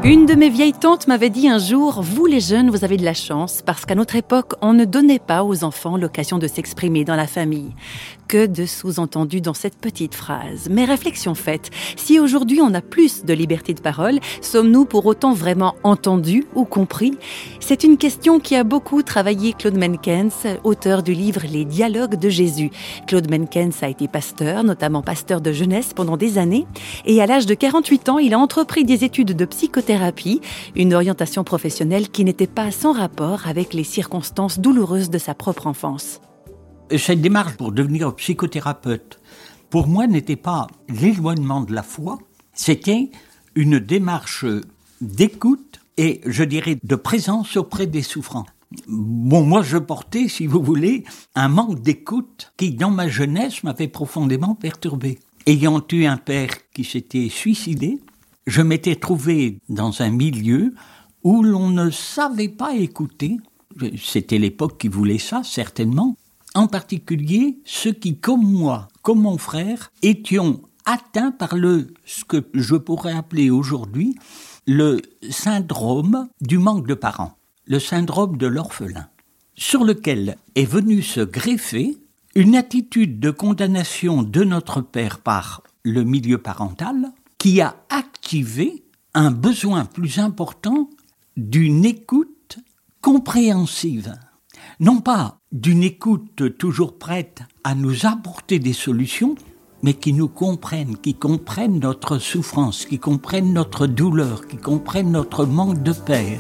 Une de mes vieilles tantes m'avait dit un jour « Vous les jeunes, vous avez de la chance parce qu'à notre époque, on ne donnait pas aux enfants l'occasion de s'exprimer dans la famille. » Que de sous-entendus dans cette petite phrase. Mais réflexion faite, si aujourd'hui on a plus de liberté de parole, sommes-nous pour autant vraiment entendus ou compris ? C'est une question qui a beaucoup travaillé Claude Menkens, auteur du livre « Les dialogues de Jésus ». Claude Menkens a été pasteur, notamment pasteur de jeunesse pendant des années. Et à l'âge de 48 ans, il a entrepris des études de psychothérapie, une orientation professionnelle qui n'était pas sans rapport avec les circonstances douloureuses de sa propre enfance. Cette démarche pour devenir psychothérapeute, pour moi, n'était pas l'éloignement de la foi, c'était une démarche d'écoute et, je dirais, de présence auprès des souffrants. Bon, moi, je portais, si vous voulez, un manque d'écoute qui, dans ma jeunesse, m'avait profondément perturbé. Ayant eu un père qui s'était suicidé, je m'étais trouvé dans un milieu où l'on ne savait pas écouter. C'était l'époque qui voulait ça, certainement. En particulier, ceux qui, comme moi, comme mon frère, étions atteints par ce que je pourrais appeler aujourd'hui le syndrome du manque de parents, le syndrome de l'orphelin, sur lequel est venue se greffer une attitude de condamnation de notre père par le milieu parental qui a activé un besoin plus important d'une écoute compréhensive. Non pas d'une écoute toujours prête à nous apporter des solutions, mais qui nous comprennent, qui comprennent notre souffrance, qui comprennent notre douleur, qui comprennent notre manque de père.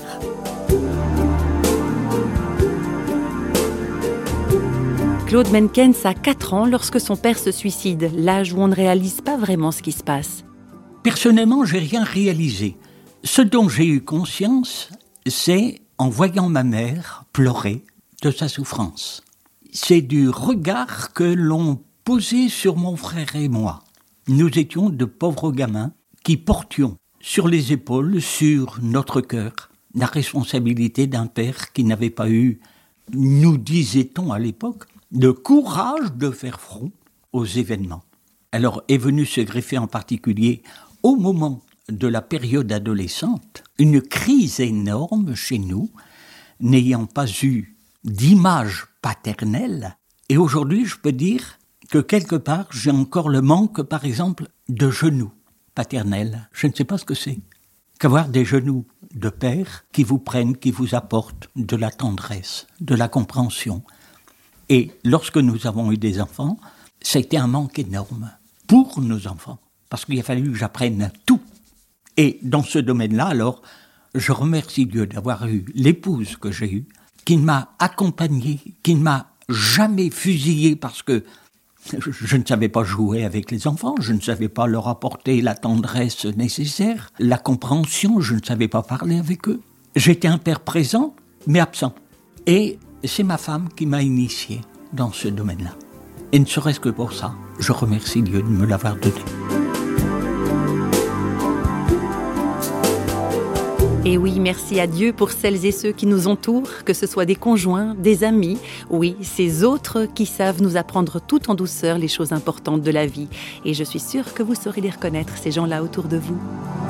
Claude Menkens a 4 ans lorsque son père se suicide, l'âge où on ne réalise pas vraiment ce qui se passe. Personnellement, j'ai rien réalisé. Ce dont j'ai eu conscience, c'est en voyant ma mère pleurer de sa souffrance. C'est du regard que l'on posait sur mon frère et moi. Nous étions de pauvres gamins qui portions sur les épaules, sur notre cœur, la responsabilité d'un père qui n'avait pas eu, nous disait-on à l'époque, le courage de faire front aux événements. Alors est venue se greffer en particulier au moment de la période adolescente, une crise énorme chez nous, n'ayant pas eu d'image paternelle. Et aujourd'hui, je peux dire que quelque part, j'ai encore le manque, par exemple, de genoux paternels. Je ne sais pas ce que c'est. Qu'avoir des genoux de père qui vous prennent, qui vous apportent de la tendresse, de la compréhension. Et lorsque nous avons eu des enfants, c'était un manque énorme pour nos enfants. Parce qu'il a fallu que j'apprenne tout. Et dans ce domaine-là, alors, je remercie Dieu d'avoir eu l'épouse que j'ai eue, qui m'a accompagné, qui ne m'a jamais fusillé parce que je ne savais pas jouer avec les enfants, je ne savais pas leur apporter la tendresse nécessaire, la compréhension, je ne savais pas parler avec eux. J'étais un père présent, mais absent. Et c'est ma femme qui m'a initié dans ce domaine-là. Et ne serait-ce que pour ça, je remercie Dieu de me l'avoir donné. Et oui, merci à Dieu pour celles et ceux qui nous entourent, que ce soit des conjoints, des amis, oui, ces autres qui savent nous apprendre tout en douceur les choses importantes de la vie. Et je suis sûre que vous saurez les reconnaître, ces gens-là autour de vous.